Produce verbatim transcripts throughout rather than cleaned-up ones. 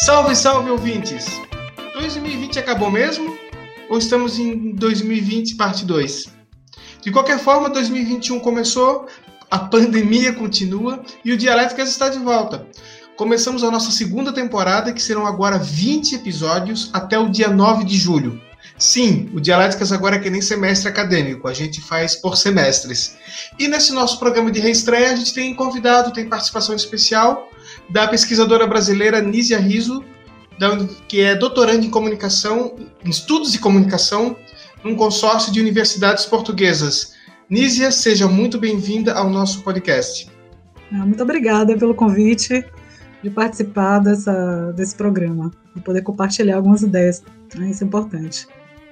Salve, salve, ouvintes! dois mil e vinte acabou mesmo? Ou estamos em dois mil e vinte parte dois? De qualquer forma, dois mil e vinte e um começou, a pandemia continua e o Dialéticas está de volta. Começamos a nossa segunda temporada, que serão agora vinte episódios até o dia nove de julho. Sim, o Dialéticas agora é que nem semestre acadêmico, a gente faz por semestres. E nesse nosso programa de reestreia, a gente tem convidado, tem participação especial da pesquisadora brasileira Nízia Riso, que é doutoranda em comunicação, em estudos de comunicação, num consórcio de universidades portuguesas. Nízia, seja muito bem-vinda ao nosso podcast. Muito obrigada pelo convite de participar dessa, desse programa, e poder compartilhar algumas ideias, né? Isso é importante.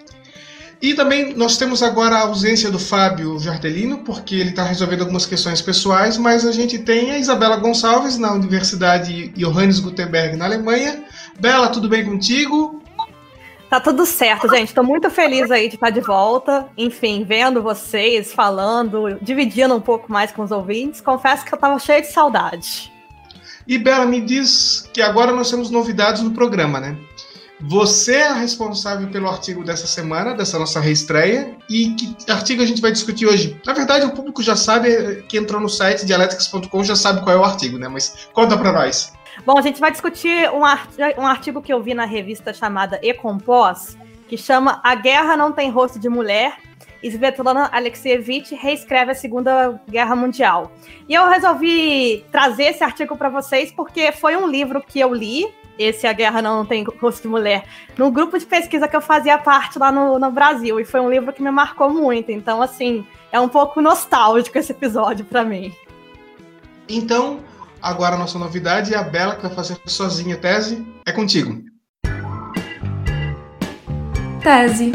E também nós temos agora a ausência do Fábio Jardelino, porque ele está resolvendo algumas questões pessoais, mas a gente tem a Isabela Gonçalves, na Universidade Johannes Gutenberg, na Alemanha. Bela, tudo bem contigo? Tá tudo certo, gente. Estou muito feliz aí de estar de volta. Enfim, vendo vocês, falando, dividindo um pouco mais com os ouvintes. Confesso que eu estava cheia de saudade. E Bela, me diz que agora nós temos novidades no programa, né? Você é a responsável pelo artigo dessa semana, dessa nossa reestreia, e que artigo a gente vai discutir hoje? Na verdade, o público já sabe, que entrou no site dialéticas ponto com já sabe qual é o artigo, né? Mas conta para nós. Bom, a gente vai discutir um, art- um artigo que eu vi na revista chamada Ecompós, que chama A Guerra Não Tem Rosto de Mulher, Svetlana Alexievich reescreve a Segunda Guerra Mundial. E eu resolvi trazer esse artigo para vocês porque foi um livro que eu li, esse A Guerra Não Tem Rosto de Mulher, num grupo de pesquisa que eu fazia parte lá no, no Brasil, e foi um livro que me marcou muito. Então, assim, é um pouco nostálgico esse episódio para mim. Então, agora a nossa novidade é a Bela, que vai fazer sozinha a tese. É contigo. Tese.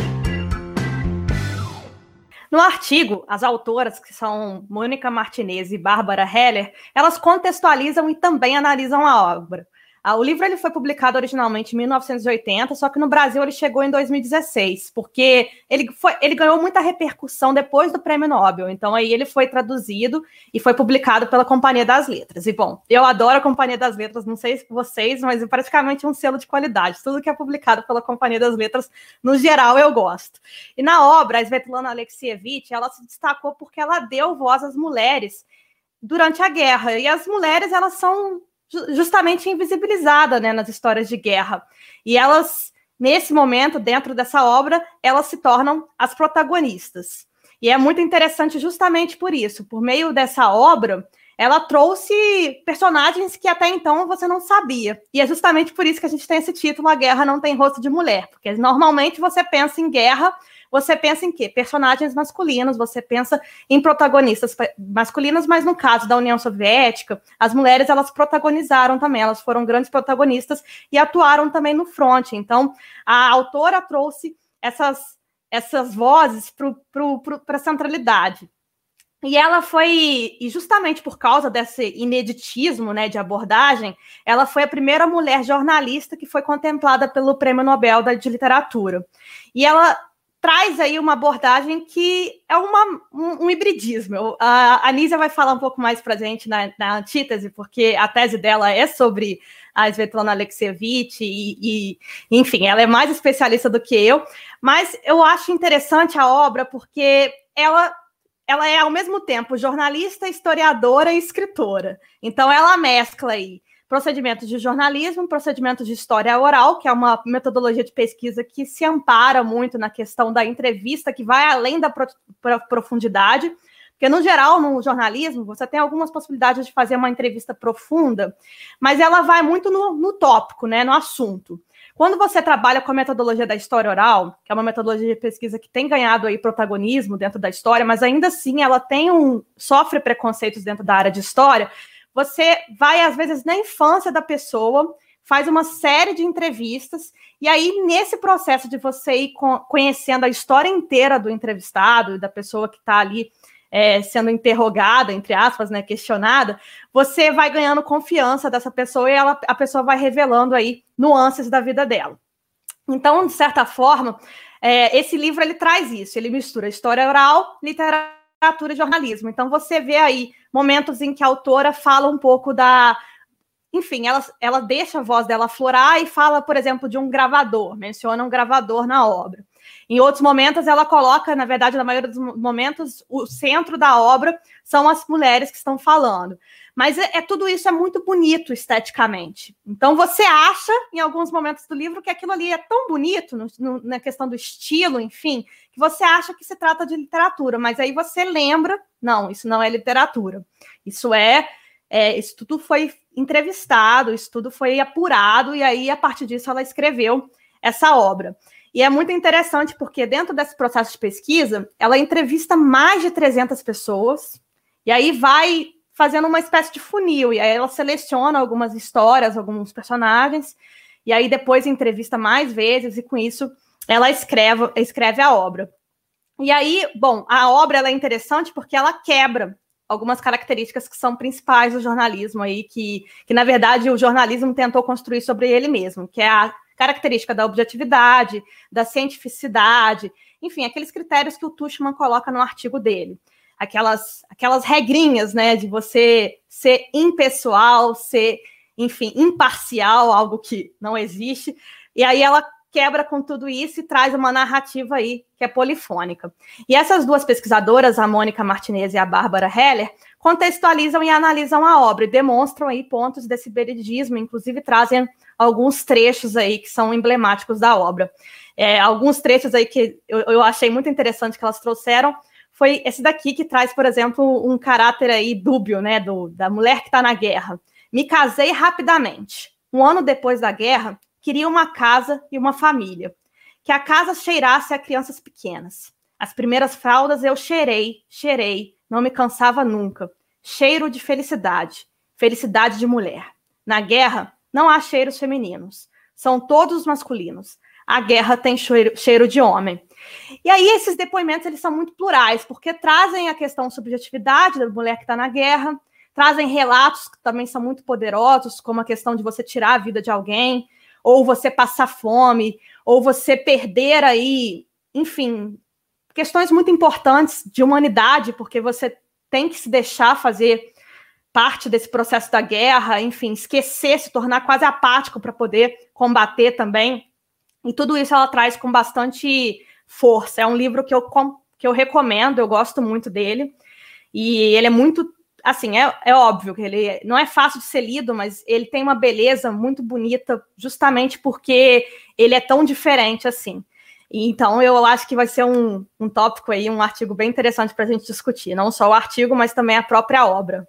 No artigo, as autoras, que são Mônica Martinez e Bárbara Heller, elas contextualizam e também analisam a obra. O livro ele foi publicado originalmente em mil novecentos e oitenta, só que no Brasil ele chegou em dois mil e dezesseis, porque ele, foi, ele ganhou muita repercussão depois do Prêmio Nobel. Então aí ele foi traduzido e foi publicado pela Companhia das Letras. E bom, eu adoro a Companhia das Letras, não sei vocês, mas é praticamente um selo de qualidade. Tudo que é publicado pela Companhia das Letras, no geral, eu gosto. E na obra, a Svetlana Alexievich, ela se destacou porque ela deu voz às mulheres durante a guerra. E as mulheres, elas são justamente invisibilizada, né, nas histórias de guerra. E elas, nesse momento, dentro dessa obra, elas se tornam as protagonistas. E é muito interessante justamente por isso. Por meio dessa obra, ela trouxe personagens que até então você não sabia. E é justamente por isso que a gente tem esse título, A Guerra Não Tem Rosto de Mulher. Porque normalmente você pensa em guerra, você pensa em quê? Personagens masculinos, você pensa em protagonistas masculinos, mas no caso da União Soviética, as mulheres, elas protagonizaram também, elas foram grandes protagonistas e atuaram também no fronte. Então, a autora trouxe essas, essas vozes para a centralidade. E ela foi, e justamente por causa desse ineditismo, né, de abordagem, ela foi a primeira mulher jornalista que foi contemplada pelo Prêmio Nobel de Literatura. E ela traz aí uma abordagem que é uma, um, um hibridismo. A, a Nízia vai falar um pouco mais para a gente na, na antítese, porque a tese dela é sobre a Svetlana Alexievich e, e, enfim, ela é mais especialista do que eu, mas eu acho interessante a obra porque ela, ela é, ao mesmo tempo, jornalista, historiadora e escritora. Então, ela mescla aí procedimentos de jornalismo, procedimentos de história oral, que é uma metodologia de pesquisa que se ampara muito na questão da entrevista, que vai além da pro, pro, profundidade, porque, no geral, no jornalismo, você tem algumas possibilidades de fazer uma entrevista profunda, mas ela vai muito no, no tópico, né, no assunto. Quando você trabalha com a metodologia da história oral, que é uma metodologia de pesquisa que tem ganhado aí protagonismo dentro da história, mas ainda assim ela tem um, sofre preconceitos dentro da área de história, você vai, às vezes, na infância da pessoa, faz uma série de entrevistas, e aí, nesse processo de você ir conhecendo a história inteira do entrevistado e da pessoa que está ali é, sendo interrogada, entre aspas, né, questionada, você vai ganhando confiança dessa pessoa e ela, a pessoa vai revelando aí nuances da vida dela. Então, de certa forma, é, esse livro ele traz isso, ele mistura história oral, literatura e jornalismo. Então, você vê aí momentos em que a autora fala um pouco da, enfim, ela, ela deixa a voz dela aflorar e fala, por exemplo, de um gravador, menciona um gravador na obra. Em outros momentos, ela coloca, na verdade, na maioria dos momentos, o centro da obra são as mulheres que estão falando. Mas é, é, tudo isso é muito bonito esteticamente. Então, você acha, em alguns momentos do livro, que aquilo ali é tão bonito, no, no, na questão do estilo, enfim, que você acha que se trata de literatura. Mas aí você lembra, não, isso não é literatura. Isso é, é isso tudo foi entrevistado, isso tudo foi apurado, e aí, a partir disso, ela escreveu essa obra. E é muito interessante porque dentro desse processo de pesquisa, ela entrevista mais de trezentas pessoas, e aí vai fazendo uma espécie de funil, e aí ela seleciona algumas histórias, alguns personagens, e aí depois entrevista mais vezes, e com isso ela escreve, escreve a obra. E aí, bom, a obra ela é interessante porque ela quebra algumas características que são principais do jornalismo, aí, que, que na verdade o jornalismo tentou construir sobre ele mesmo, que é a característica da objetividade, da cientificidade, enfim, aqueles critérios que o Tushman coloca no artigo dele. Aquelas, aquelas regrinhas, né, de você ser impessoal, ser, enfim, imparcial, algo que não existe. E aí ela quebra com tudo isso e traz uma narrativa aí que é polifônica. E essas duas pesquisadoras, a Mônica Martinez e a Bárbara Heller, contextualizam e analisam a obra e demonstram aí pontos desse veridismo, inclusive trazem alguns trechos aí que são emblemáticos da obra. É, alguns trechos aí que eu, eu achei muito interessante que elas trouxeram foi esse daqui que traz, por exemplo, um caráter aí dúbio, né, do, da mulher que está na guerra. Me casei rapidamente. Um ano depois da guerra, queria uma casa e uma família. Que a casa cheirasse a crianças pequenas. As primeiras fraldas eu cheirei, cheirei, não me cansava nunca. Cheiro de felicidade, felicidade de mulher. Na guerra, não há cheiros femininos, são todos masculinos. A guerra tem cheiro, cheiro de homem. E aí esses depoimentos eles são muito plurais, porque trazem a questão da subjetividade da mulher que está na guerra, trazem relatos que também são muito poderosos, como a questão de você tirar a vida de alguém, ou você passar fome, ou você perder aí, enfim, questões muito importantes de humanidade, porque você tem que se deixar fazer parte desse processo da guerra, enfim, esquecer, se tornar quase apático para poder combater também. E tudo isso ela traz com bastante força. É um livro que eu, que eu recomendo, eu gosto muito dele. E ele é muito, assim, é, é óbvio que ele não é fácil de ser lido, mas ele tem uma beleza muito bonita, justamente porque ele é tão diferente assim. Então, eu acho que vai ser um, um tópico aí, um artigo bem interessante para a gente discutir. Não só o artigo, mas também a própria obra.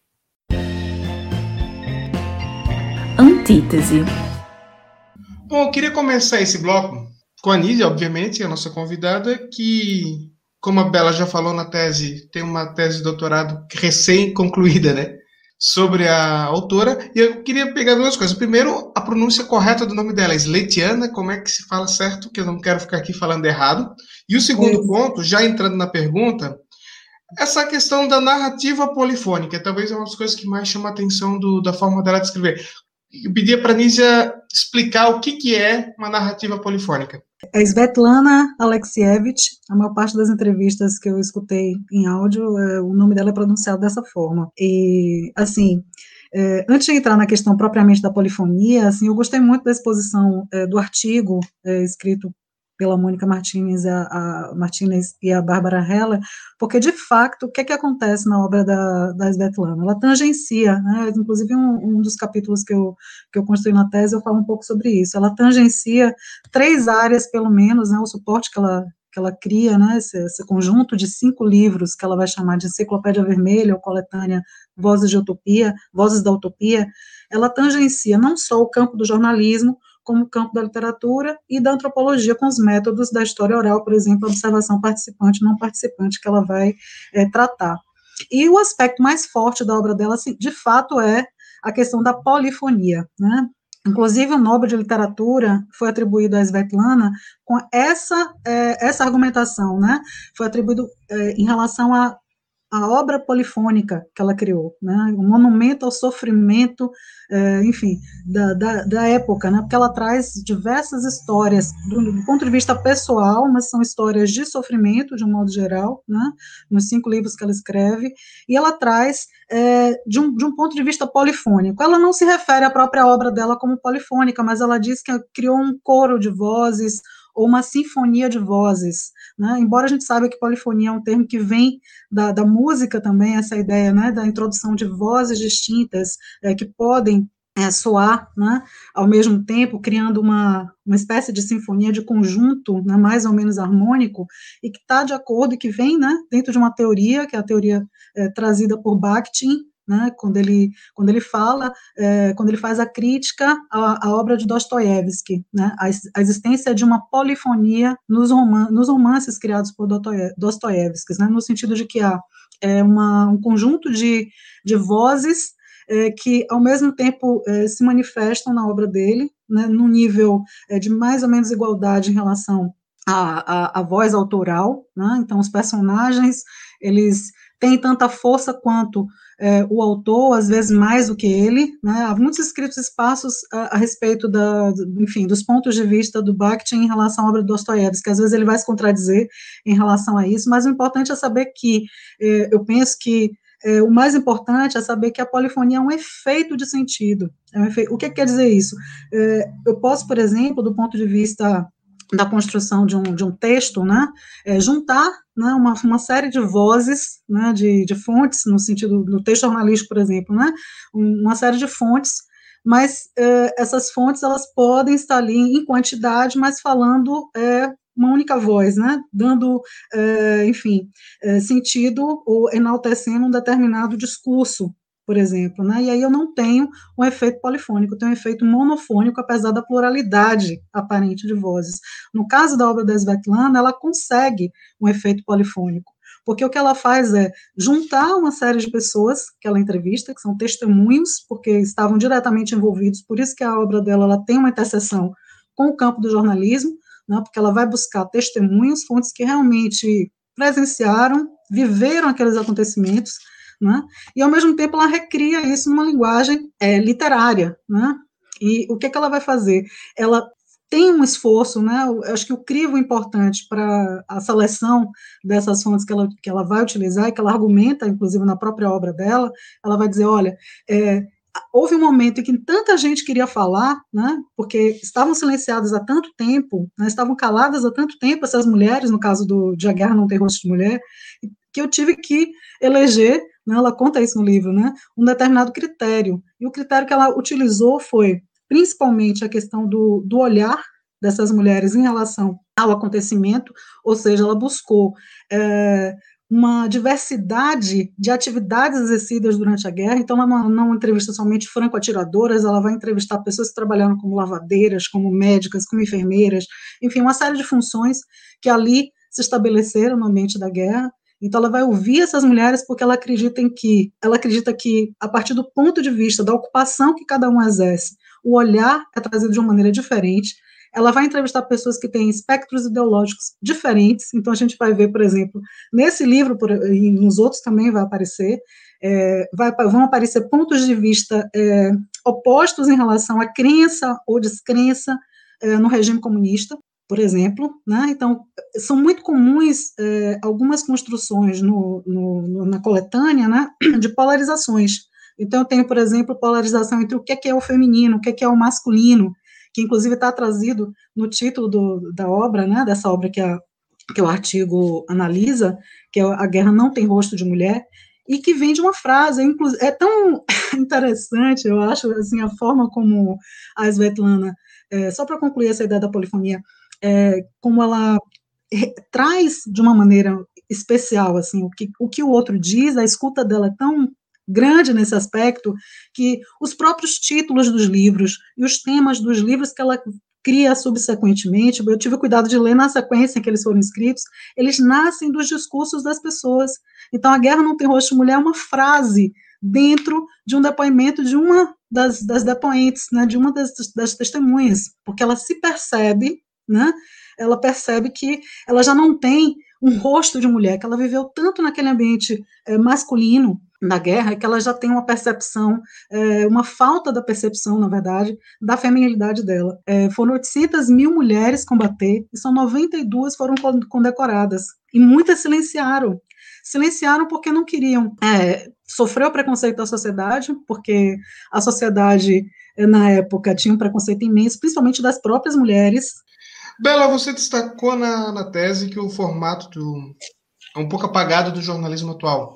Antítese. Bom, eu queria começar esse bloco com a Nízia, obviamente, a nossa convidada, que, como a Bela já falou na tese, tem uma tese de doutorado recém-concluída, né, sobre a autora, e eu queria pegar duas coisas. Primeiro, a pronúncia correta do nome dela, Sletiana, como é que se fala certo, que eu não quero ficar aqui falando errado. E o segundo ponto, já entrando na pergunta, essa questão da narrativa polifônica, talvez é uma das coisas que mais chama a atenção do, da forma dela de escrever. Eu pedia para a Nízia explicar o que, que é uma narrativa polifônica. É Svetlana Alexievich, a maior parte das entrevistas que eu escutei em áudio, é, o nome dela é pronunciado dessa forma. E, assim, é, antes de entrar na questão propriamente da polifonia, assim, eu gostei muito da exposição é, do artigo é, escrito pela Mônica Martinez, a, a Martinez e a Bárbara Heller, porque, de fato, o que, é que acontece na obra da, da Svetlana? Ela tangencia, né, inclusive um, um dos capítulos que eu, que eu construí na tese, eu falo um pouco sobre isso, ela tangencia três áreas, pelo menos, né, o suporte que ela, que ela cria, né, esse, esse conjunto de cinco livros que ela vai chamar de Enciclopédia Vermelha, ou coletânea Vozes de Utopia, Vozes da Utopia, ela tangencia não só o campo do jornalismo, como o campo da literatura e da antropologia, com os métodos da história oral, por exemplo, a observação participante e não participante, que ela vai é, tratar. E o aspecto mais forte da obra dela, assim, de fato, é a questão da polifonia, né? Inclusive, o Nobel de Literatura foi atribuído a Svetlana com essa, é, essa argumentação, né? Foi atribuído é, em relação a a obra polifônica que ela criou, né, um monumento ao sofrimento, é, enfim, da, da, da época, né, porque ela traz diversas histórias do, do ponto de vista pessoal, mas são histórias de sofrimento, de um modo geral, né, nos cinco livros que ela escreve, e ela traz é, de, um, de um ponto de vista polifônico. Ela não se refere à própria obra dela como polifônica, mas ela diz que criou um coro de vozes, ou uma sinfonia de vozes, né? Embora a gente saiba que polifonia é um termo que vem da, da música também, essa ideia, né, da introdução de vozes distintas é, que podem é, soar, né, ao mesmo tempo, criando uma, uma espécie de sinfonia de conjunto, né, mais ou menos harmônico, e que está de acordo, e que vem, né, dentro de uma teoria, que é a teoria é, trazida por Bakhtin, né, quando ele, quando ele fala, é, quando ele faz a crítica à, à obra de Dostoiévski, né, a, a existência de uma polifonia nos, roman, nos romances criados por Dostoiévski, né, no sentido de que há é, uma, um conjunto de, de vozes é, que, ao mesmo tempo, é, se manifestam na obra dele, né, num nível é, de mais ou menos igualdade em relação à, à, à voz autoral, né, então os personagens, eles têm tanta força quanto É, o autor, às vezes mais do que ele, né, há muitos escritos esparsos a, a respeito da, enfim, dos pontos de vista do Bakhtin em relação à obra de Dostoiévski, que às vezes ele vai se contradizer em relação a isso, mas o importante é saber que, é, eu penso que é, o mais importante é saber que a polifonia é um efeito de sentido. É um efeito, o que quer dizer isso? É, eu posso, por exemplo, do ponto de vista da construção de um, de um texto, né, é, juntar, né, uma, uma série de vozes, né, de, de fontes, no sentido do texto jornalístico, por exemplo, né, uma série de fontes, mas é, essas fontes, elas podem estar ali em quantidade, mas falando é, uma única voz, né, dando, é, enfim, é, sentido ou enaltecendo um determinado discurso, por exemplo, né, e aí eu não tenho um efeito polifônico, eu tenho um efeito monofônico, apesar da pluralidade aparente de vozes. No caso da obra da Svetlana, ela consegue um efeito polifônico, porque o que ela faz é juntar uma série de pessoas que ela entrevista, que são testemunhos, porque estavam diretamente envolvidos, por isso que a obra dela ela tem uma interseção com o campo do jornalismo, né, porque ela vai buscar testemunhos, fontes que realmente presenciaram, viveram aqueles acontecimentos, né? E, ao mesmo tempo, ela recria isso numa linguagem é, literária, né? E o que, que ela vai fazer? Ela tem um esforço, né? Eu acho que o crivo importante para a seleção dessas fontes que ela, que ela vai utilizar, e que ela argumenta, inclusive, na própria obra dela, ela vai dizer, olha, é, houve um momento em que tanta gente queria falar, né, porque estavam silenciadas há tanto tempo, né, estavam caladas há tanto tempo, essas mulheres, no caso do, de A Guerra Não Tem Rosto de Mulher, que eu tive que eleger, né, ela conta isso no livro, né, um determinado critério, e o critério que ela utilizou foi, principalmente, a questão do, do olhar dessas mulheres em relação ao acontecimento, ou seja, ela buscou é, uma diversidade de atividades exercidas durante a guerra, então ela não, não entrevista somente franco-atiradoras, ela vai entrevistar pessoas que trabalharam como lavadeiras, como médicas, como enfermeiras, enfim, uma série de funções que ali se estabeleceram no ambiente da guerra. Então ela vai ouvir essas mulheres porque ela acredita em que, ela acredita que, a partir do ponto de vista da ocupação que cada um exerce, o olhar é trazido de uma maneira diferente. Ela vai entrevistar pessoas que têm espectros ideológicos diferentes, então a gente vai ver, por exemplo, nesse livro, por, e nos outros também vai aparecer, é, vai, vão aparecer pontos de vista é, opostos em relação à crença ou descrença é, no regime comunista, por exemplo, né? Então, são muito comuns é, algumas construções no, no, na coletânea, né, de polarizações. Então, eu tenho, por exemplo, polarização entre o que é, que é o feminino, o que é, que é o masculino, que inclusive está trazido no título do, da obra, né, dessa obra que, a, que o artigo analisa, que é A Guerra Não Tem Rosto de Mulher, e que vem de uma frase, é tão interessante, eu acho, assim, a forma como a Svetlana, é, só para concluir essa ideia da polifonia, é, como ela é, traz de uma maneira especial, assim, o que, o que o outro diz, a escuta dela é tão grande nesse aspecto, que os próprios títulos dos livros e os temas dos livros que ela cria subsequentemente, eu tive cuidado de ler na sequência em que eles foram escritos, eles nascem dos discursos das pessoas. Então, A Guerra Não Tem Rosto de Mulher é uma frase dentro de um depoimento de uma das, das depoentes, né, de uma das, das testemunhas, porque ela se percebe, né, ela percebe que ela já não tem um rosto de mulher, que ela viveu tanto naquele ambiente é, masculino na guerra, que ela já tem uma percepção, é, uma falta da percepção, na verdade, da feminilidade dela. É, foram oitocentas mil mulheres combater, e só noventa e duas foram condecoradas, e muitas silenciaram. Silenciaram porque não queriam é, sofrer o preconceito da sociedade, porque a sociedade, na época, tinha um preconceito imenso, principalmente das próprias mulheres. Bela, você destacou na, na tese que o formato do, é um pouco apagado do jornalismo atual,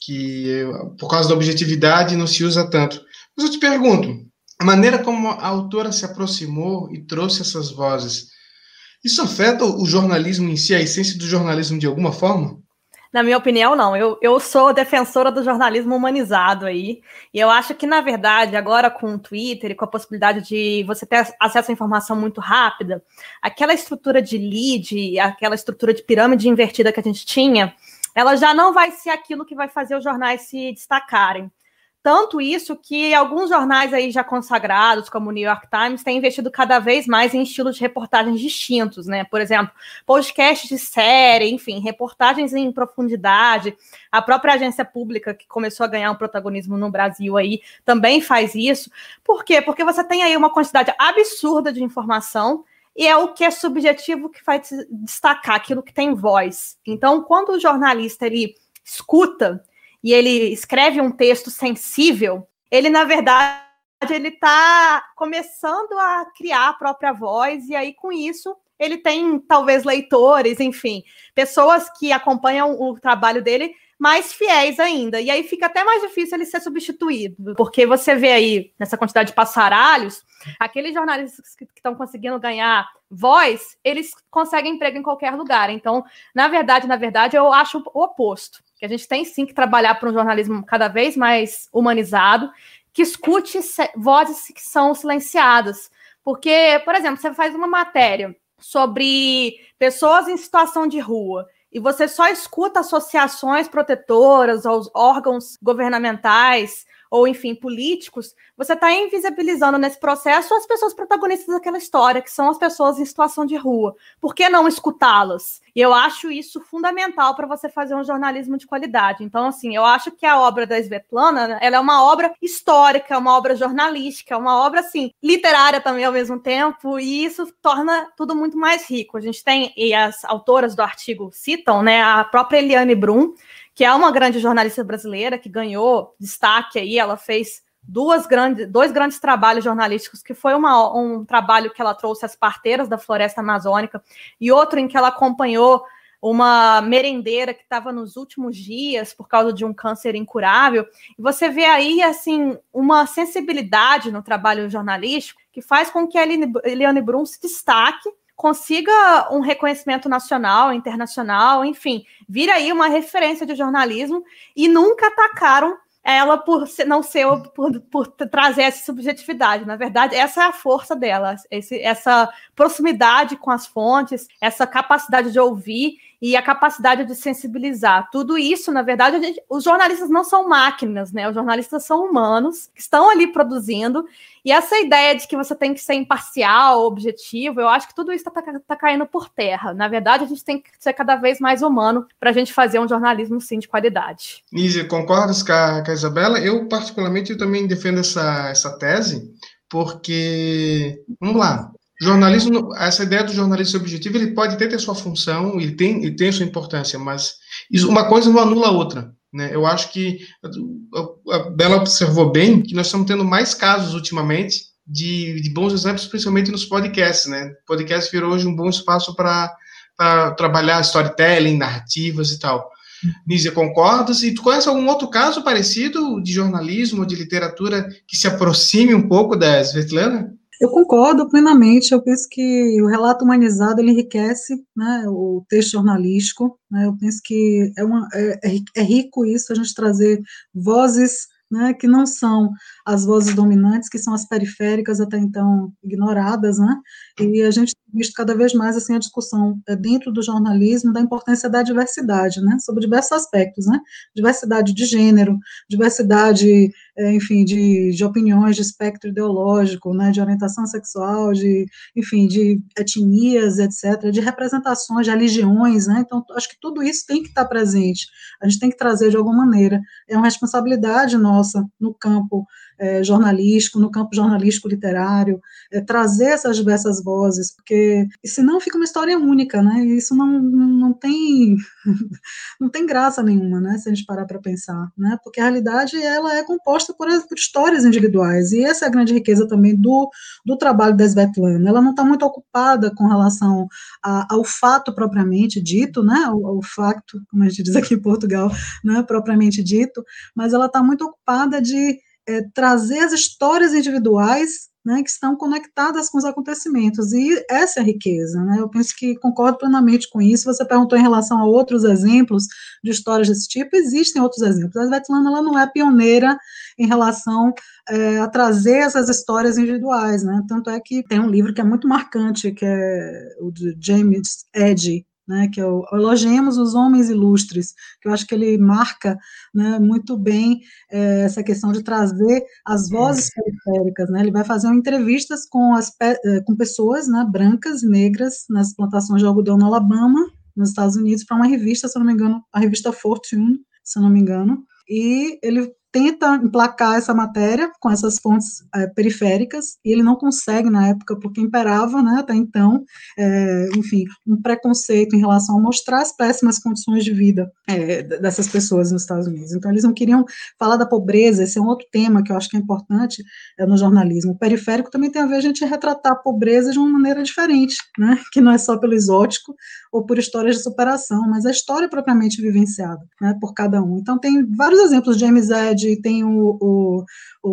que por causa da objetividade não se usa tanto. Mas eu te pergunto, a maneira como a autora se aproximou e trouxe essas vozes, isso afeta o jornalismo em si, a essência do jornalismo de alguma forma? Na minha opinião, não. Eu, eu sou defensora do jornalismo humanizado aí. E eu acho que, na verdade, agora com o Twitter e com a possibilidade de você ter acesso à informação muito rápida, aquela estrutura de lead, aquela estrutura de pirâmide invertida que a gente tinha, ela já não vai ser aquilo que vai fazer os jornais se destacarem. Tanto isso que alguns jornais aí já consagrados, como o New York Times, têm investido cada vez mais em estilos de reportagens distintos, né? Por exemplo, podcasts de série, enfim, reportagens em profundidade. A própria agência pública, que começou a ganhar um protagonismo no Brasil aí, também faz isso. Por quê? Porque você tem aí uma quantidade absurda de informação e é o que é subjetivo que vai destacar, aquilo que tem voz. Então, quando o jornalista ele escuta e ele escreve um texto sensível, ele, na verdade, ele está começando a criar a própria voz, e aí, com isso, ele tem, talvez, leitores, enfim, pessoas que acompanham o trabalho dele mais fiéis ainda. E aí fica até mais difícil ele ser substituído, porque você vê aí, nessa quantidade de passaralhos, aqueles jornalistas que estão conseguindo ganhar voz, eles conseguem emprego em qualquer lugar. Então, na verdade, na verdade, eu acho o oposto, que a gente tem sim que trabalhar para um jornalismo cada vez mais humanizado, que escute vozes que são silenciadas. Porque, por exemplo, você faz uma matéria sobre pessoas em situação de rua, e você só escuta associações protetoras aos órgãos governamentais ou, enfim, políticos, você está invisibilizando nesse processo as pessoas protagonistas daquela história, que são as pessoas em situação de rua. Por que não escutá-las? E eu acho isso fundamental para você fazer um jornalismo de qualidade. Então, assim, eu acho que a obra da Svetlana, ela é uma obra histórica, uma obra jornalística, uma obra, assim, literária também ao mesmo tempo, e isso torna tudo muito mais rico. A gente tem, e as autoras do artigo citam, né, a própria Eliane Brum, que é uma grande jornalista brasileira que ganhou destaque aí, ela fez duas grandes, dois grandes trabalhos jornalísticos, que foi uma, um trabalho que ela trouxe as parteiras da floresta amazônica, e outro em que ela acompanhou uma merendeira que estava nos últimos dias por causa de um câncer incurável. E você vê aí, assim, uma sensibilidade no trabalho jornalístico que faz com que a Eliane Brum se destaque, consiga um reconhecimento nacional, internacional, enfim, vira aí uma referência de jornalismo, e nunca atacaram ela por não ser, por, por trazer essa subjetividade. Na verdade, essa é a força dela, esse, essa proximidade com as fontes, essa capacidade de ouvir e a capacidade de sensibilizar. Tudo isso, na verdade, a gente, os jornalistas não são máquinas, né? Os jornalistas são humanos que estão ali produzindo, e essa ideia de que você tem que ser imparcial, objetivo, eu acho que tudo isso está tá, tá caindo por terra. Na verdade, a gente tem que ser cada vez mais humano para a gente fazer um jornalismo, sim, de qualidade. Nízia, concordas com a, com a Isabela? Eu, particularmente, eu também defendo essa, essa tese, porque, vamos lá, jornalismo, essa ideia do jornalismo objetivo, ele pode ter, ter sua função, ele tem, ele tem sua importância, mas isso, uma coisa não anula a outra, né? Eu acho que a, a Bela observou bem que nós estamos tendo mais casos ultimamente de, de bons exemplos, principalmente nos podcasts, né? O podcast virou hoje um bom espaço para trabalhar storytelling, narrativas e tal. Nízia, concordas? E tu conhece algum outro caso parecido de jornalismo ou de literatura que se aproxime um pouco da Svetlana? Eu concordo plenamente, eu penso que o relato humanizado, ele enriquece, né, o texto jornalístico, né, eu penso que é, uma, é, é rico isso, a gente trazer vozes, né, que não são as vozes dominantes, que são as periféricas até então ignoradas, né, e a gente tem visto cada vez mais assim, a discussão dentro do jornalismo da importância da diversidade, né, sobre diversos aspectos, né, diversidade de gênero, diversidade é, enfim, de, de opiniões, de espectro ideológico, né, de orientação sexual, de, enfim, de etnias, etcétera, de representações, de religiões, né, então acho que tudo isso tem que estar presente, a gente tem que trazer de alguma maneira, é uma responsabilidade nossa no campo é, jornalístico, no campo jornalístico literário, é, trazer essas diversas vozes, porque senão fica uma história única, né, e isso não, não tem não tem graça nenhuma, né, se a gente parar para pensar, né, porque a realidade ela é composta por, por histórias individuais, e essa é a grande riqueza também do, do trabalho da Svetlana, ela não está muito ocupada com relação a, ao fato propriamente dito, né, ao, ao facto, como a gente diz aqui em Portugal, né, propriamente dito, mas ela está muito ocupada de é, trazer as histórias individuais, né, que estão conectadas com os acontecimentos, e essa é a riqueza, né, eu penso que concordo plenamente com isso. Você perguntou em relação a outros exemplos de histórias desse tipo, existem outros exemplos, a Svetlana ela não é pioneira em relação é, a trazer essas histórias individuais, né, tanto é que tem um livro que é muito marcante, que é o de James Eddy, né, que é o Elogiemos os Homens Ilustres, que eu acho que ele marca, né, muito bem é, essa questão de trazer as vozes periféricas, né, ele vai fazer entrevistas com, as, com pessoas, né, brancas e negras nas plantações de algodão no Alabama, nos Estados Unidos, para uma revista, se eu não me engano, a revista Fortune, se eu não me engano, e ele tenta emplacar essa matéria com essas fontes é, periféricas, e ele não consegue na época, porque imperava, né, até então, é, enfim, um preconceito em relação a mostrar as péssimas condições de vida é, dessas pessoas nos Estados Unidos. Então, eles não queriam falar da pobreza, esse é um outro tema que eu acho que é importante é, no jornalismo. O periférico também tem a ver a gente retratar a pobreza de uma maneira diferente, né, que não é só pelo exótico ou por histórias de superação, mas a história propriamente vivenciada, né, por cada um. Então, tem vários exemplos, James Eddy, tem o, o,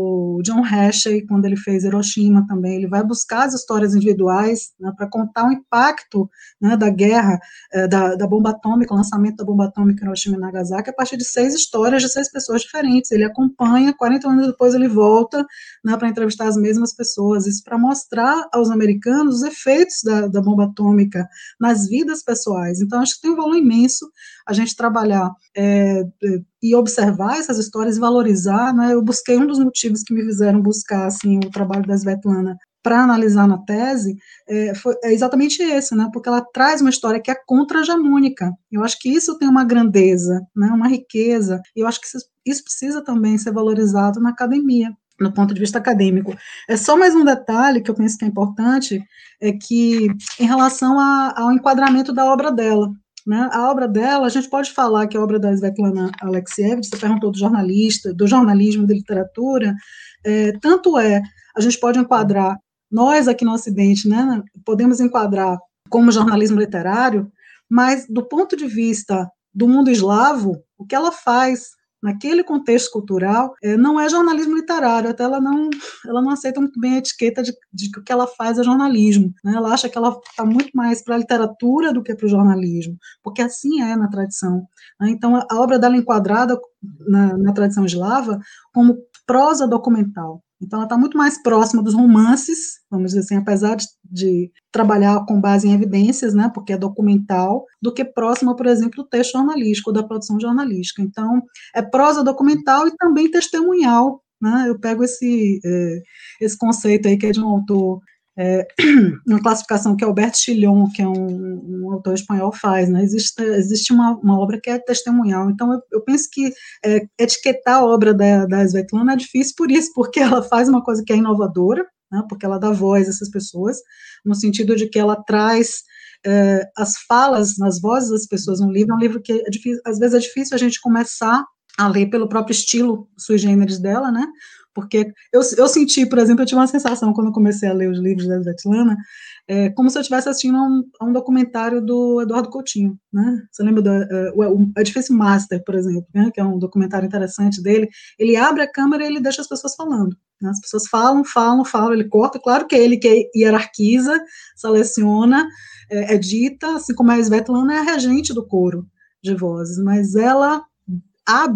o John Hersey, quando ele fez Hiroshima também, ele vai buscar as histórias individuais, né, para contar o impacto, né, da guerra, eh, da, da bomba atômica, o lançamento da bomba atômica em Hiroshima e Nagasaki, a partir de seis histórias de seis pessoas diferentes. Ele acompanha, quarenta anos depois ele volta, né, para entrevistar as mesmas pessoas, isso para mostrar aos americanos os efeitos da, da bomba atômica nas vidas pessoais. Então, acho que tem um valor imenso a gente trabalhar é, e observar essas histórias e valorizar, né? Eu busquei um dos motivos que me fizeram buscar assim, o trabalho da Svetlana para analisar na tese, é, foi, é exatamente esse, né? Porque ela traz uma história que é contra-hegemônica. Eu acho que isso tem uma grandeza, né? Uma riqueza, e eu acho que isso, isso precisa também ser valorizado na academia, no ponto de vista acadêmico. É só mais um detalhe que eu penso que é importante, é que em relação a, ao enquadramento da obra dela, né, a obra dela, a gente pode falar que a obra da Svetlana Alexievich, você perguntou do jornalista, do jornalismo de literatura, é, tanto é, a gente pode enquadrar, nós aqui no Ocidente, né, podemos enquadrar como jornalismo literário, mas do ponto de vista do mundo eslavo, o que ela faz naquele contexto cultural, é, não é jornalismo literário, até ela não, ela não aceita muito bem a etiqueta de, de que o que ela faz é jornalismo, né? Ela acha que ela está muito mais para a literatura do que para o jornalismo, porque assim é na tradição, né? Então, a, a obra dela é enquadrada na, na tradição eslava como prosa documental. Então, ela está muito mais próxima dos romances, vamos dizer assim, apesar de, de trabalhar com base em evidências, né, porque é documental, do que próxima, por exemplo, do texto jornalístico, ou da produção jornalística. Então, é prosa documental e também testemunhal, né? Eu pego esse, é, esse conceito aí, que é de um autor, é, uma classificação que Alberto Chillon, que é um, um autor espanhol, faz, né? Existe, existe uma, uma obra que é testemunhal. Então, eu, eu penso que é, etiquetar a obra da, da Svetlana é difícil por isso, porque ela faz uma coisa que é inovadora, né? Porque ela dá voz a essas pessoas, no sentido de que ela traz é, as falas, as vozes das pessoas no livro. É um livro que é difícil, às vezes é difícil a gente começar a ler pelo próprio estilo sui generis dela, né? Porque eu, eu senti, por exemplo, eu tive uma sensação quando eu comecei a ler os livros da Svetlana, é, como se eu estivesse assistindo a um, a um documentário do Eduardo Coutinho, né? Você lembra do uh, o Edifício Master, por exemplo, né? Que é um documentário interessante dele. Ele abre a câmera e ele deixa as pessoas falando, né? As pessoas falam, falam, falam, ele corta. Claro que é ele que hierarquiza, seleciona, é, edita, assim como a Svetlana é a regente do coro de vozes, mas ela abre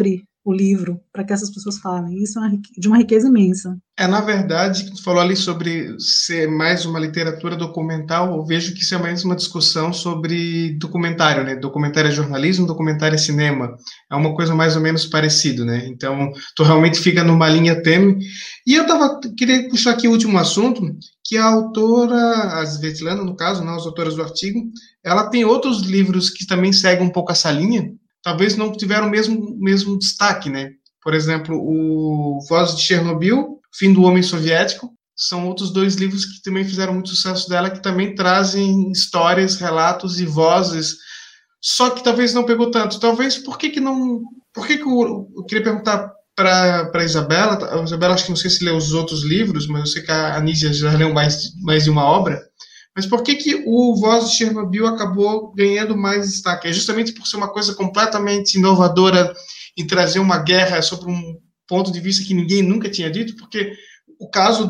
o livro para que essas pessoas falem. Isso é uma, de uma riqueza imensa. É, na verdade, tu falou ali sobre ser mais uma literatura documental, eu vejo que isso é mais uma discussão sobre documentário, né? Documentário é jornalismo, documentário é cinema. É uma coisa mais ou menos parecida, né? Então, tu realmente fica numa linha tênue. E eu tava, queria puxar aqui o último assunto, que a autora, a Svetlana, no caso, né, as autoras do artigo, ela tem outros livros que também seguem um pouco essa linha, talvez não tiveram o mesmo, mesmo destaque, né? Por exemplo, o Voz de Chernobyl, Fim do Homem Soviético, são outros dois livros que também fizeram muito sucesso dela, que também trazem histórias, relatos e vozes, só que talvez não pegou tanto. Talvez, por que que não... Por que que eu, eu queria perguntar para a Isabela, a Isabela acho que não sei se leu os outros livros, mas eu sei que a Anísia já leu mais, mais de uma obra, mas por que que o Voz de Chernobyl acabou ganhando mais destaque? É justamente por ser uma coisa completamente inovadora em trazer uma guerra sobre um ponto de vista que ninguém nunca tinha dito, porque o caso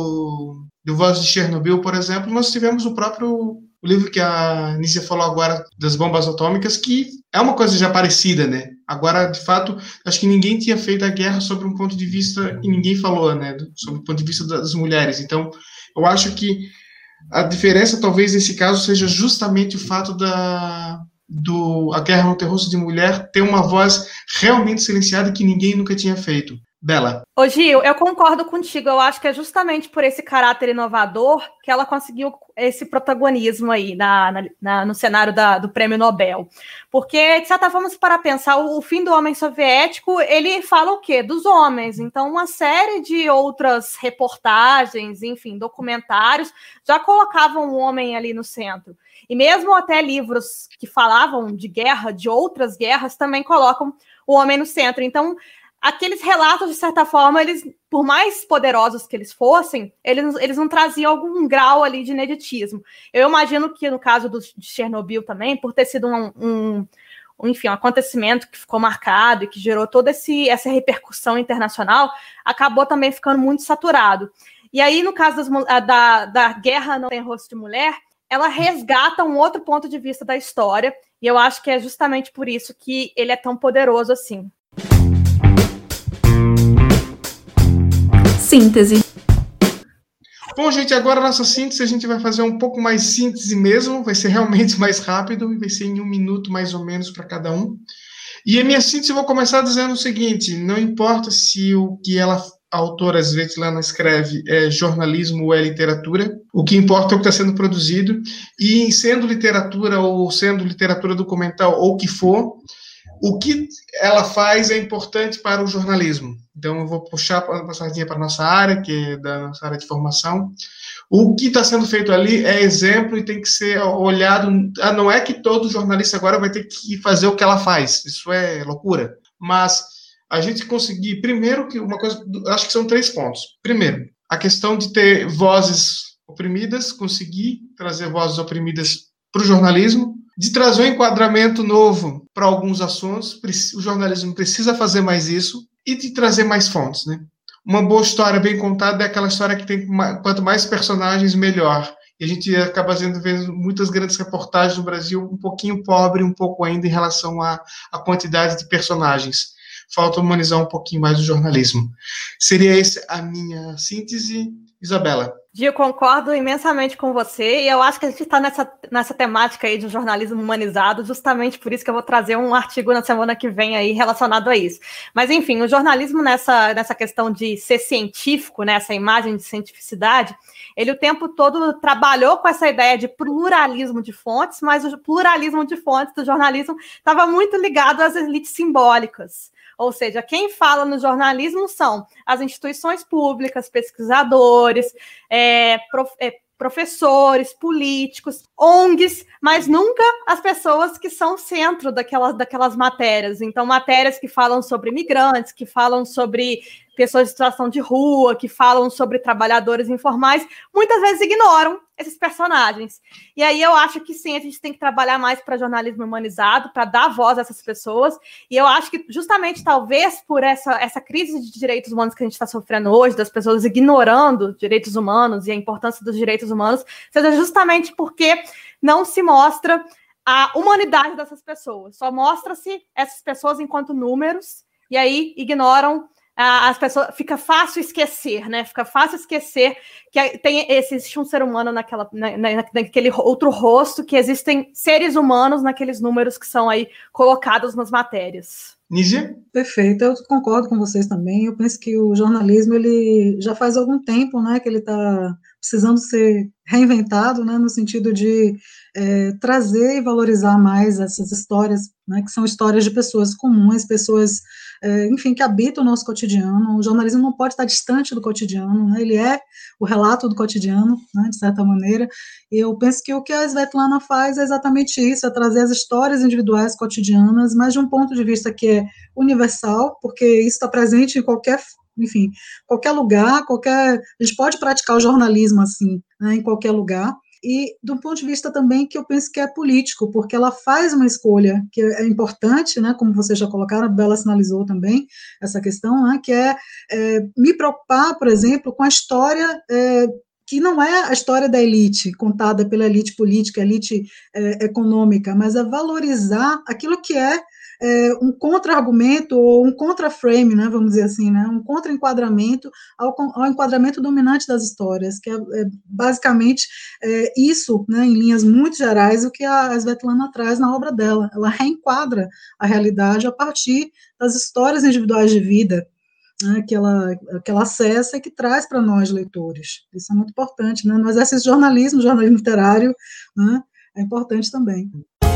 do, do Voz de Chernobyl, por exemplo, nós tivemos o próprio o livro que a Anísia falou agora das bombas atômicas, que é uma coisa já parecida, né? Agora, de fato, acho que ninguém tinha feito a guerra sobre um ponto de vista, e ninguém falou, né? Sobre o ponto de vista das mulheres. Então, eu acho que a diferença, talvez, nesse caso, seja justamente o fato da do A Guerra no Terroço de Mulher ter uma voz realmente silenciada que ninguém nunca tinha feito. Bela. Ô Gil, eu concordo contigo, eu acho que é justamente por esse caráter inovador que ela conseguiu esse protagonismo aí na, na, na, no cenário da, do Prêmio Nobel. Porque, de certa forma, se para pensar, o, o Fim do Homem Soviético, ele fala o quê? Dos homens. Então, uma série de outras reportagens, enfim, documentários, já colocavam o homem ali no centro. E mesmo até livros que falavam de guerra, de outras guerras, também colocam o homem no centro. Então, aqueles relatos, de certa forma, eles, por mais poderosos que eles fossem, eles, eles não traziam algum grau ali de ineditismo. Eu imagino que, no caso do, de Chernobyl também, por ter sido um, um, um, enfim, um acontecimento que ficou marcado e que gerou toda esse, essa repercussão internacional, acabou também ficando muito saturado. E aí, no caso das, da, da Guerra no Terroço de Mulher, ela resgata um outro ponto de vista da história, e eu acho que é justamente por isso que ele é tão poderoso assim. Síntese. Bom, gente, agora a nossa síntese, a gente vai fazer um pouco mais síntese mesmo, vai ser realmente mais rápido, e vai ser em um minuto mais ou menos para cada um. E a minha síntese eu vou começar dizendo o seguinte, não importa se o que ela, a autora Svetlana escreve é jornalismo ou é literatura, o que importa é o que está sendo produzido, e sendo literatura ou sendo literatura documental ou o que for, o que ela faz é importante para o jornalismo. Então, eu vou puxar a sardinha para a nossa área, que é da nossa área de formação. O que está sendo feito ali é exemplo e tem que ser olhado. Não é que todo jornalista agora vai ter que fazer o que ela faz. Isso é loucura. Mas a gente conseguir, primeiro, que uma coisa, acho que são três pontos. Primeiro, a questão de ter vozes oprimidas, conseguir trazer vozes oprimidas para o jornalismo, de trazer um enquadramento novo para alguns assuntos, o jornalismo precisa fazer mais isso, e de trazer mais fontes, né? Uma boa história bem contada é aquela história que tem, quanto mais personagens, melhor. E a gente acaba vendo muitas grandes reportagens no Brasil, um pouquinho pobre, um pouco ainda em relação à, à quantidade de personagens. Falta humanizar um pouquinho mais o jornalismo. Seria essa a minha síntese, Isabela. Gil, concordo imensamente com você, e eu acho que a gente está nessa, nessa temática aí de um jornalismo humanizado, justamente por isso que eu vou trazer um artigo na semana que vem aí relacionado a isso. Mas, enfim, o jornalismo nessa, nessa questão de ser científico, né, essa imagem de cientificidade, ele o tempo todo trabalhou com essa ideia de pluralismo de fontes, mas o pluralismo de fontes do jornalismo estava muito ligado às elites simbólicas. Ou seja, quem fala no jornalismo são as instituições públicas, pesquisadores, é, prof, é, professores, políticos, O N Gs, mas nunca as pessoas que são centro daquelas, daquelas matérias. Então, matérias que falam sobre imigrantes, que falam sobre pessoas de situação de rua, que falam sobre trabalhadores informais, muitas vezes ignoram esses personagens. E aí eu acho que sim, a gente tem que trabalhar mais para jornalismo humanizado, para dar voz a essas pessoas, e eu acho que justamente talvez por essa, essa crise de direitos humanos que a gente está sofrendo hoje, das pessoas ignorando direitos humanos e a importância dos direitos humanos, seja justamente porque não se mostra a humanidade dessas pessoas, só mostra-se essas pessoas enquanto números, e aí ignoram. As pessoas, fica fácil esquecer, né? Fica fácil esquecer que tem, existe um ser humano naquela, na, naquele outro rosto, que existem seres humanos naqueles números que são aí colocados nas matérias. Nízia? Perfeito, eu concordo com vocês também. Eu penso que o jornalismo, ele já faz algum tempo, né, que ele está precisando ser reinventado, né, no sentido de é, trazer e valorizar mais essas histórias, né, que são histórias de pessoas comuns, pessoas, é, enfim, que habitam o nosso cotidiano. O jornalismo não pode estar distante do cotidiano, né, ele é o relato do cotidiano, né, de certa maneira. E eu penso que o que a Svetlana faz é exatamente isso, é trazer as histórias individuais cotidianas, mas de um ponto de vista que é universal, porque isso está presente em qualquer, enfim, qualquer lugar, qualquer, a gente pode praticar o jornalismo assim, né, em qualquer lugar, e do ponto de vista também que eu penso que é político, porque ela faz uma escolha que é importante, né, como vocês já colocaram, a Bela sinalizou também essa questão, né, que é, é me preocupar, por exemplo, com a história é, que não é a história da elite, contada pela elite política, elite é, econômica, mas é valorizar aquilo que é É, um contra-argumento ou um contra-frame, né, vamos dizer assim, né, um contra-enquadramento ao, ao enquadramento dominante das histórias, que é, é basicamente é, isso, né, em linhas muito gerais, o que a Svetlana traz na obra dela. Ela reenquadra a realidade a partir das histórias individuais de vida, né, que, ela, que ela acessa e que traz para nós, leitores. Isso é muito importante, né, no exercício de jornalismo, jornalismo literário, né, é importante também.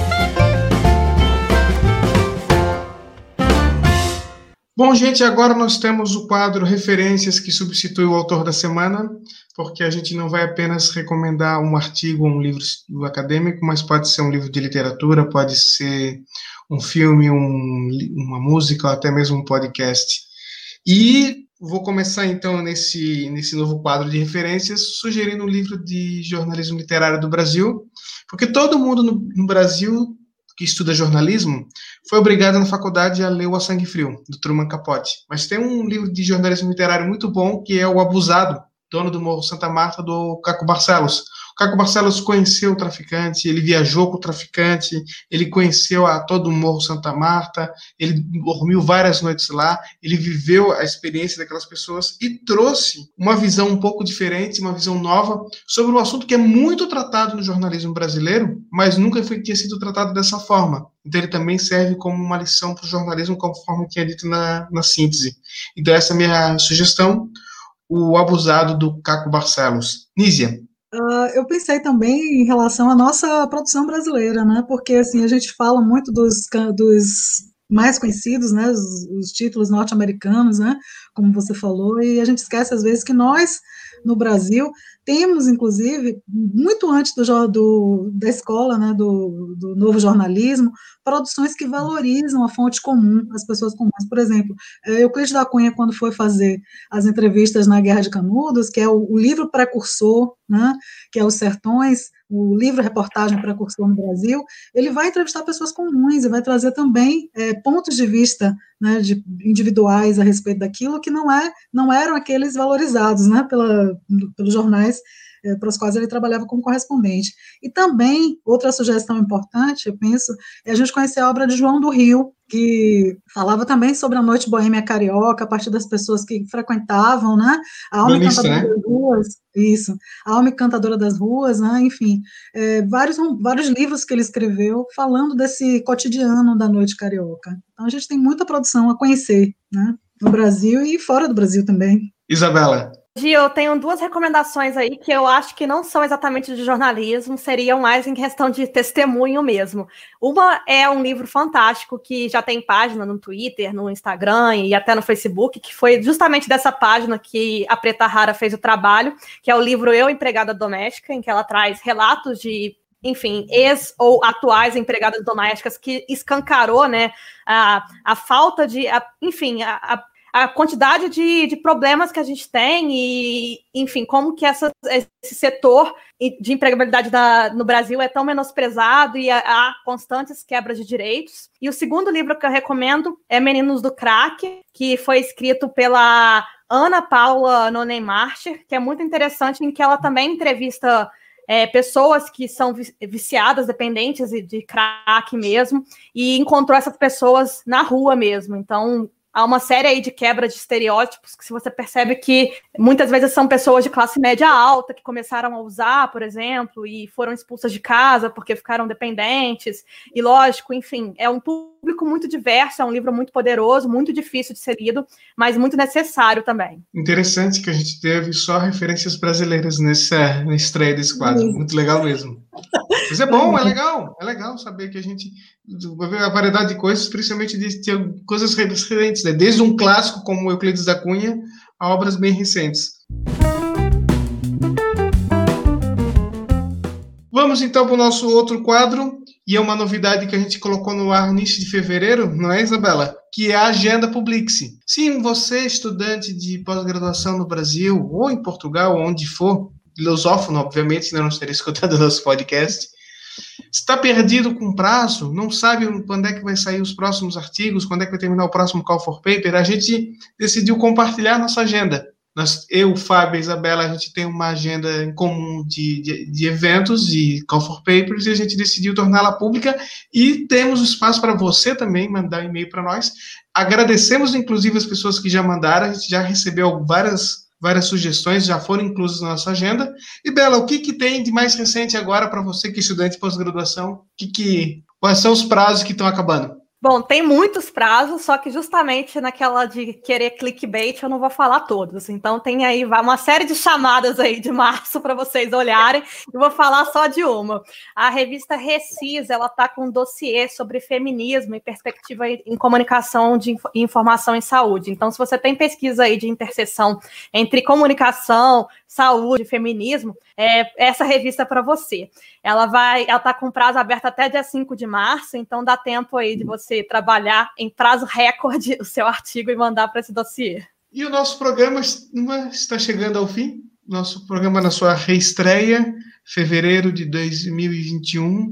Bom, gente, agora nós temos o quadro Referências, que substitui o autor da semana, porque a gente não vai apenas recomendar um artigo ou um livro acadêmico, mas pode ser um livro de literatura, pode ser um filme, um, uma música ou até mesmo um podcast. E vou começar, então, nesse, nesse novo quadro de referências, sugerindo um livro de jornalismo literário do Brasil, porque todo mundo no, no Brasil que estuda jornalismo, foi obrigado na faculdade a ler O A Sangue Frio, do Truman Capote. Mas tem um livro de jornalismo literário muito bom, que é O Abusado, dono do Morro Santa Marta, do Caco Barcelos. O Caco Barcelos conheceu o traficante, ele viajou com o traficante, ele conheceu a todo o Morro Santa Marta, ele dormiu várias noites lá, ele viveu a experiência daquelas pessoas e trouxe uma visão um pouco diferente, uma visão nova, sobre um assunto que é muito tratado no jornalismo brasileiro, mas nunca foi, tinha sido tratado dessa forma. Então ele também serve como uma lição para o jornalismo, conforme tinha dito na, na síntese. Então essa é a minha sugestão, O Abusado, do Caco Barcelos. Nízia? Uh, eu pensei também em relação à nossa produção brasileira, né? Porque assim a gente fala muito dos, dos mais conhecidos, né? Os, os títulos norte-americanos, né? Como você falou, e a gente esquece às vezes que nós no Brasil temos, inclusive, muito antes do, do, da escola, né, do, do novo jornalismo, produções que valorizam a fonte comum, as pessoas comuns. Por exemplo, Euclides da Cunha, quando foi fazer as entrevistas na Guerra de Canudos, que é o, o livro precursor, né, que é Os Sertões, o livro-reportagem precursor no Brasil, ele vai entrevistar pessoas comuns e vai trazer também é, pontos de vista, né, de individuais a respeito daquilo que não, é, não eram aqueles valorizados, né, pela, pelos jornais é, para os quais ele trabalhava como correspondente. E também, outra sugestão importante, eu penso, é a gente conhecer a obra de João do Rio, que falava também sobre a noite boêmia carioca, a partir das pessoas que frequentavam, né, a alma encantadora, né, das ruas, isso, a alma encantadora das ruas, né, enfim, é, vários, vários livros que ele escreveu falando desse cotidiano da noite carioca. Então a gente tem muita produção a conhecer, né, no Brasil e fora do Brasil também. Isabela? Eu tenho duas recomendações aí que eu acho que não são exatamente de jornalismo, seriam mais em questão de testemunho mesmo. Uma é um livro fantástico que já tem página no Twitter, no Instagram e até no Facebook, que foi justamente dessa página que a Preta Rara fez o trabalho, que é o livro Eu, Empregada Doméstica, em que ela traz relatos de, enfim, ex ou atuais empregadas domésticas que escancarou, né, a, a falta de, a, enfim, a, a a quantidade de, de problemas que a gente tem e, enfim, como que essa, esse setor de empregabilidade da, no Brasil é tão menosprezado e há, há constantes quebras de direitos. E o segundo livro que eu recomendo é Meninos do Crack, que foi escrito pela Ana Paula Noneymarcher, que é muito interessante, em que ela também entrevista é, pessoas que são viciadas, dependentes de crack mesmo, e encontrou essas pessoas na rua mesmo. Então, há uma série aí de quebra de estereótipos que se você percebe que muitas vezes são pessoas de classe média alta que começaram a usar, por exemplo, e foram expulsas de casa porque ficaram dependentes, e lógico, enfim, é um público muito diverso, é um livro muito poderoso, muito difícil de ser lido, mas muito necessário também. Interessante que a gente teve só referências brasileiras nessa, na estreia desse quadro, muito legal mesmo. Mas é bom, é legal, é legal saber que a gente vai ver a variedade de coisas, principalmente de ter coisas recentes, né? Desde um clássico como Euclides da Cunha a obras bem recentes. Vamos então para o nosso outro quadro, e é uma novidade que a gente colocou no ar no início de fevereiro, não é, Isabela? Que é a Agenda Publix. Sim, você, estudante de pós-graduação no Brasil, ou em Portugal, ou onde for, lusófono, obviamente, senão não estaria escutando o nosso podcast, está perdido com prazo, não sabe quando é que vai sair os próximos artigos, quando é que vai terminar o próximo Call for Paper, a gente decidiu compartilhar a nossa agenda. Nós, eu, Fábio e a Isabela, a gente tem uma agenda em comum de, de, de eventos, de Call for Papers, e a gente decidiu torná-la pública, e temos espaço para você também mandar um e-mail para nós. Agradecemos, inclusive, as pessoas que já mandaram, a gente já recebeu várias... Várias sugestões já foram inclusas na nossa agenda. E, Bela, o que, que tem de mais recente agora para você que é estudante de pós-graduação? Que que, quais são os prazos que estão acabando? Bom, tem muitos prazos, só que justamente naquela de querer clickbait eu não vou falar todos. Então tem aí uma série de chamadas aí de março para vocês olharem. Eu vou falar só de uma. A revista Recis, ela está com um dossiê sobre feminismo e perspectiva em comunicação de inf- informação em saúde. Então, se você tem pesquisa aí de interseção entre comunicação, saúde e feminismo, é essa revista é para você. Ela vai, ela está com prazo aberto até dia cinco de março, então dá tempo aí de você trabalhar em prazo recorde o seu artigo e mandar para esse dossiê. E o nosso programa está chegando ao fim. Nosso programa na sua reestreia, fevereiro de dois mil e vinte e um,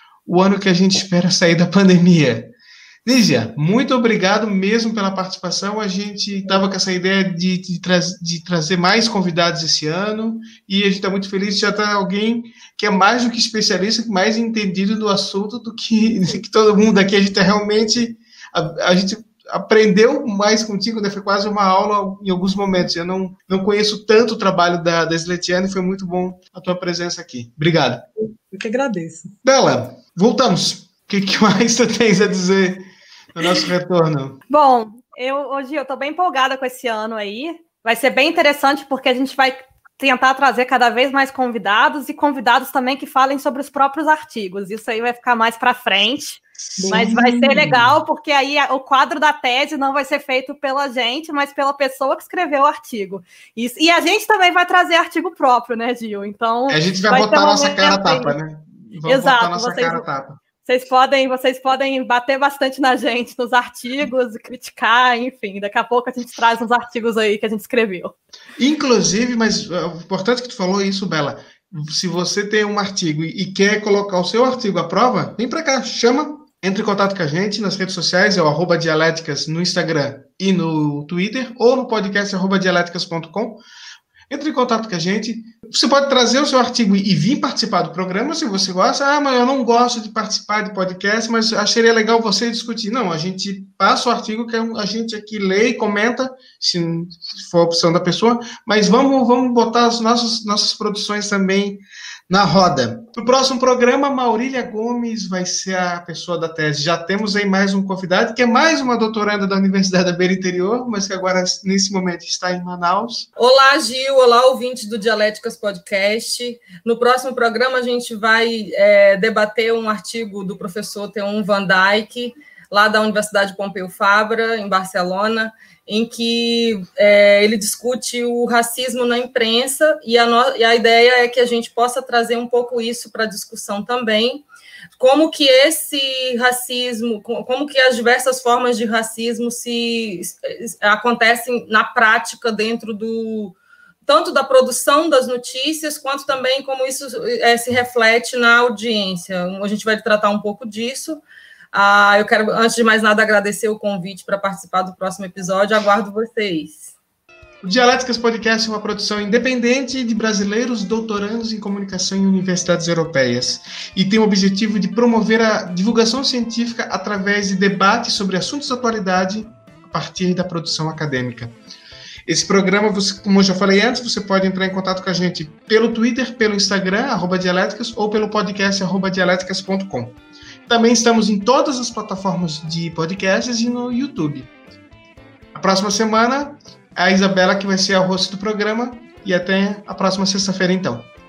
o ano que a gente espera sair da pandemia. Lígia, muito obrigado mesmo pela participação. A gente estava com essa ideia de, de, tra- de trazer mais convidados esse ano, e a gente está muito feliz de já ter alguém que é mais do que especialista, mais entendido do assunto do que, que todo mundo aqui. A gente é realmente... A, a gente aprendeu mais contigo, né? Foi quase uma aula em alguns momentos. Eu não, não conheço tanto o trabalho da, da Sletiana, e foi muito bom a tua presença aqui. Obrigado. Eu que agradeço. Bela, voltamos. O que, que mais você tens a dizer no nosso retorno? Bom, eu, hoje eu estou bem empolgada com esse ano aí. Vai ser bem interessante porque a gente vai tentar trazer cada vez mais convidados e convidados também que falem sobre os próprios artigos. Isso aí vai ficar mais para frente. Sim. Mas vai ser legal porque aí o quadro da tese não vai ser feito pela gente, mas pela pessoa que escreveu o artigo. Isso, e a gente também vai trazer artigo próprio, né, Gil? Então, a gente vai, vai botar a nossa cara a tapa, né? Vamos Exato, botar a nossa vocês... cara a tapa. Vocês podem, vocês podem bater bastante na gente nos artigos, criticar, enfim. Daqui a pouco a gente traz uns artigos aí que a gente escreveu. Inclusive, mas o importante que tu falou isso, Bela. Se você tem um artigo e quer colocar o seu artigo à prova, vem para cá, chama, entre em contato com a gente nas redes sociais, é o arroba dialéticas no Instagram e no Twitter, ou no podcast arroba dialéticas ponto com. Entre em contato com a gente. Você pode trazer o seu artigo e vir participar do programa, se você gosta. Ah, mas eu não gosto de participar de podcast, mas acharia legal você discutir. Não, a gente passa o artigo que a gente aqui lê e comenta, se for a opção da pessoa, mas vamos, vamos botar as nossas, nossas produções também na roda. No próximo programa, Maurília Gomes vai ser a pessoa da tese. Já temos aí mais um convidado, que é mais uma doutoranda da Universidade da Beira Interior, mas que agora, nesse momento, está em Manaus. Olá, Gil. Olá, ouvintes do Dialéticas Podcast. No próximo programa, a gente vai é, debater um artigo do professor Teun Van Dijk, lá da Universidade Pompeu Fabra, em Barcelona, em que é, ele discute o racismo na imprensa, e a, no, e a ideia é que a gente possa trazer um pouco isso para a discussão também, como que esse racismo, como que as diversas formas de racismo se acontecem na prática dentro do, tanto da produção das notícias, quanto também como isso é, se reflete na audiência. A gente vai tratar um pouco disso. Ah, eu quero, antes de mais nada, agradecer o convite para participar do próximo episódio. Aguardo vocês. O Dialéticas Podcast é uma produção independente de brasileiros doutorandos em comunicação em universidades europeias e tem o objetivo de promover a divulgação científica através de debates sobre assuntos de atualidade, partir da produção acadêmica. Esse programa, você, como eu já falei antes, você pode entrar em contato com a gente pelo Twitter, pelo Instagram, arroba Dialéticas, ou pelo podcast, arroba dialéticas ponto com. Também estamos em todas as plataformas de podcasts e no YouTube. A próxima semana, a Isabela que vai ser a host do programa, e até a próxima sexta-feira, então.